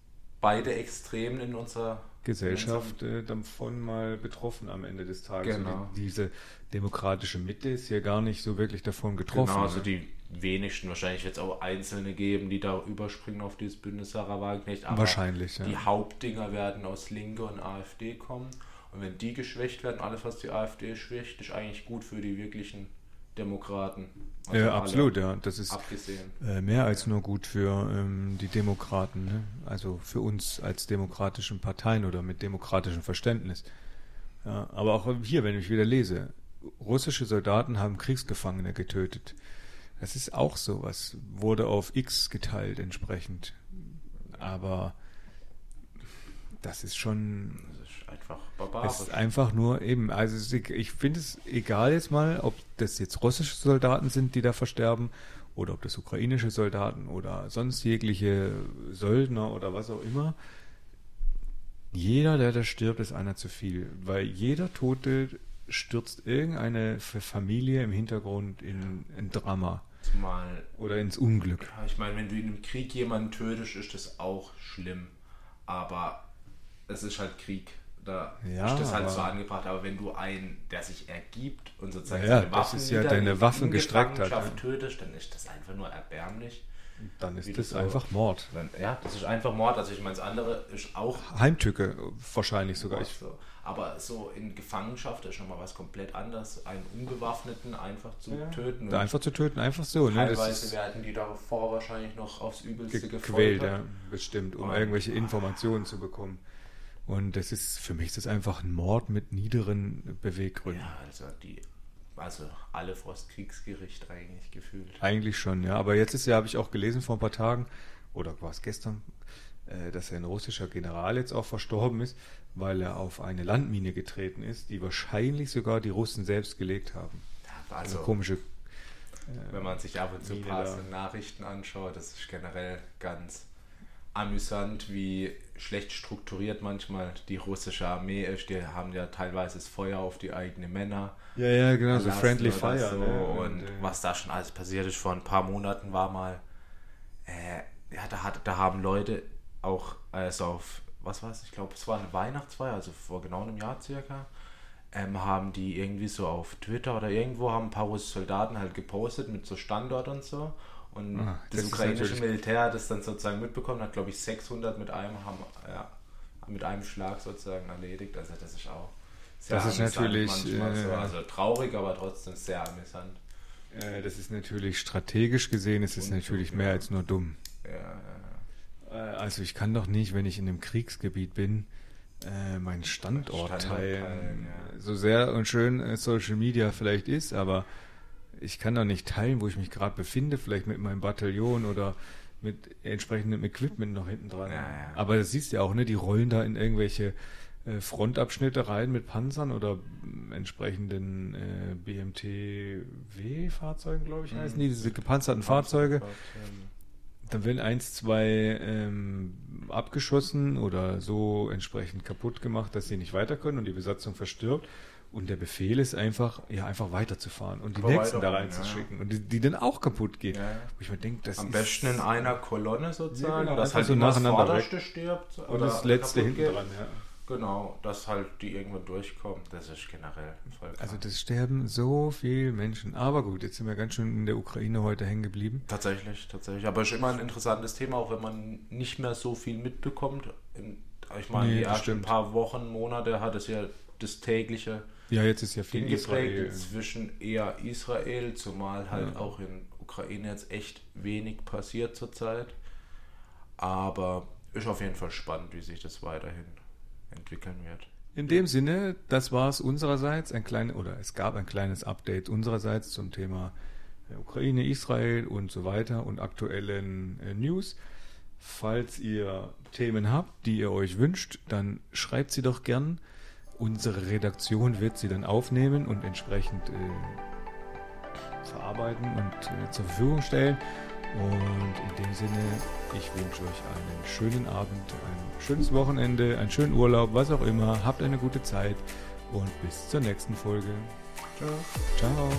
B: beide Extremen in unserer
A: Gesellschaft äh, davon mal betroffen am Ende des Tages.
B: Genau.
A: Und die, diese demokratische Mitte ist ja gar nicht so wirklich davon getroffen.
B: Genau, also
A: ne?
B: die wenigsten, wahrscheinlich jetzt auch Einzelne geben, die da überspringen auf dieses Bündnis Sarah Wagenknecht. Aber
A: Wahrscheinlich, ja.
B: die Hauptdinger werden aus Linke und AfD kommen. Und wenn die geschwächt werden, alles was die AfD schwächt, ist eigentlich gut für die wirklichen Demokraten. Also
A: Ja,
B: alle
A: absolut, ja. Das ist
B: Abgesehen.
A: äh, mehr als nur gut für ähm, die Demokraten, ne? Also für uns als demokratischen Parteien oder mit demokratischem Verständnis. Ja, aber auch hier, wenn ich wieder lese, russische Soldaten haben Kriegsgefangene getötet. Das ist auch sowas, wurde auf X geteilt entsprechend. Aber das ist schon,
B: Das ist einfach
A: es
B: barbarisch.
A: ist einfach nur eben, also es ist, ich finde es egal jetzt mal, ob das jetzt russische Soldaten sind, die da versterben, oder ob das ukrainische Soldaten oder sonst jegliche Söldner oder was auch immer. Jeder, der da stirbt, ist einer zu viel, weil jeder Tote stürzt irgendeine Familie im Hintergrund in ein Drama
B: Zumal,
A: oder ins Unglück.
B: ja, ich meine, wenn du in einem Krieg jemanden tötest, ist das auch schlimm. Aber es ist halt Krieg. Da
A: Ja,
B: ist das halt
A: aber-
B: so angebracht. Aber wenn du einen, der sich ergibt und sozusagen
A: Ja,
B: seine
A: das
B: Waffen
A: ist ja
B: nieder-
A: deine
B: in-
A: Waffen
B: in
A: gestreckt hat,
B: Gefangenschaft
A: ja.
B: tötest, dann ist das einfach nur erbärmlich.
A: Dann
B: Wie
A: ist
B: du
A: das
B: so-
A: einfach Mord.
B: Dann, ja, das ist einfach Mord. Also ich meine, das andere ist auch
A: Heimtücke wahrscheinlich sogar.
B: Mord.
A: Ich,
B: So. Aber so in Gefangenschaft ist schon mal was komplett anderes. Einen Unbewaffneten einfach zu töten. Und
A: da einfach zu töten, einfach so. Ne? Das
B: teilweise
A: ist
B: werden die davor wahrscheinlich noch aufs Übelste
A: gequält,
B: gefoltert.
A: ja, bestimmt, um
B: Und-
A: irgendwelche Informationen zu bekommen. Und das ist, für mich ist das einfach ein Mord mit niederen Beweggründen.
B: Ja, also die, also alle vor das Kriegsgericht eigentlich gefühlt.
A: Eigentlich schon, ja. Aber jetzt ist ja, habe ich auch gelesen vor ein paar Tagen, oder war es gestern, äh, dass ein russischer General jetzt auch verstorben ist, weil er auf eine Landmine getreten ist, die wahrscheinlich sogar die Russen selbst gelegt haben.
B: Ja,
A: Also
B: also
A: komische.
B: wenn man sich ab und zu ein
A: Mine
B: paar
A: da.
B: so Nachrichten anschaut, das ist generell ganz amüsant, wie schlecht strukturiert manchmal die russische Armee ist. Die haben ja teilweise das Feuer auf die eigenen Männer.
A: Ja, ja, genau, so
B: lassen
A: Friendly
B: oder
A: Fire.
B: so.
A: Ne?
B: Und
A: äh,
B: was da schon alles passiert ist, vor ein paar Monaten war mal, äh, ja, da, hat, da haben Leute auch, also auf, was war es, ich glaube, es war eine Weihnachtsfeier, also vor genau einem Jahr circa, ähm, haben die irgendwie so auf Twitter oder irgendwo, haben ein paar russische Soldaten halt gepostet mit so Standort und so. Und
A: Ah,
B: das,
A: das
B: ukrainische
A: natürlich-
B: Militär hat das dann sozusagen mitbekommen, hat glaube ich sechshundert mit einem, haben, ja, mit einem Schlag sozusagen erledigt. Also das ist auch sehr
A: Das ist
B: amüsant
A: natürlich,
B: manchmal so.
A: äh,
B: Also traurig, aber trotzdem sehr amüsant.
A: Äh, das ist natürlich strategisch gesehen, es ist natürlich mehr als nur dumm.
B: Ja, ja,
A: Äh, also ich kann doch nicht, wenn ich in einem Kriegsgebiet bin, äh, meinen Standort
B: Standort
A: teilen.
B: teilen, ja.
A: So sehr und schön äh, Social Media vielleicht ist, aber ich kann doch nicht teilen, wo ich mich gerade befinde, vielleicht mit meinem Bataillon oder mit entsprechendem Equipment noch hinten dran.
B: Ja, ja.
A: Aber das siehst du ja auch, ne? Die rollen da in irgendwelche äh, Frontabschnitte rein mit Panzern oder ähm, entsprechenden äh, B M T W-Fahrzeugen, glaube ich, heißen die, diese gepanzerten Fahrzeuge. Dann werden eins, zwei ähm, abgeschossen oder so entsprechend kaputt gemacht, dass sie nicht weiter können und die Besatzung verstirbt. Und der Befehl ist einfach, ja, einfach weiterzufahren und die
B: Aber
A: nächsten da
B: weiter,
A: reinzuschicken.
B: ja.
A: Und die, die dann auch kaputt gehen.
B: Ja, ja.
A: Wo ich mir denke, das
B: Am
A: ist
B: besten in einer Kolonne sozusagen,
A: Ja, genau,
B: dass
A: einfach
B: halt
A: so
B: immer das
A: nacheinander
B: Vorderste stirbt.
A: und
B: oder
A: das letzte
B: kaputt
A: hinten
B: geht.
A: dran, ja.
B: Genau, dass halt die irgendwann durchkommen. Das ist generell voll krass.
A: Also das sterben so viele Menschen. Aber gut, jetzt sind wir ganz schön in der Ukraine heute hängen geblieben.
B: Tatsächlich, tatsächlich. Aber es ist immer ein interessantes Thema, auch wenn man nicht mehr so viel mitbekommt. In, ich meine,
A: Nee,
B: die
A: das
B: ersten
A: stimmt.
B: paar Wochen, Monate hat es ja das tägliche
A: Ja, jetzt ist ja viel
B: hingeprägt.
A: Israel.
B: Inzwischen eher Israel, zumal halt
A: Ja.
B: auch in Ukraine jetzt echt wenig passiert zurzeit. Aber ist auf jeden Fall spannend, wie sich das weiterhin entwickeln wird.
A: In dem Sinne, das war es unsererseits, ein kleines, oder es gab ein kleines Update unsererseits zum Thema äh, Ukraine, Israel und so weiter und aktuellen äh, News. Falls ihr Themen habt, die ihr euch wünscht, dann schreibt sie doch gern. Unsere Redaktion wird sie dann aufnehmen und entsprechend äh, verarbeiten und äh, zur Verfügung stellen. Und in dem Sinne, ich wünsche euch einen schönen Abend, ein schönes Wochenende, einen schönen Urlaub, was auch immer. Habt eine gute Zeit und bis zur nächsten Folge. Ciao. Ciao.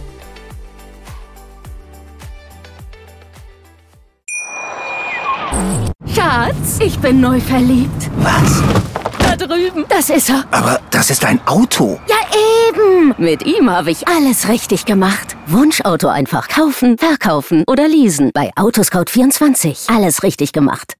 C: Schatz, ich bin neu verliebt.
D: Was?
C: Da drüben. Das ist er.
D: Aber das ist ein Auto.
C: Ja, eben. Mit ihm habe ich alles richtig gemacht. Wunschauto einfach kaufen, verkaufen oder leasen. Bei Autoscout vierundzwanzig. Alles richtig gemacht.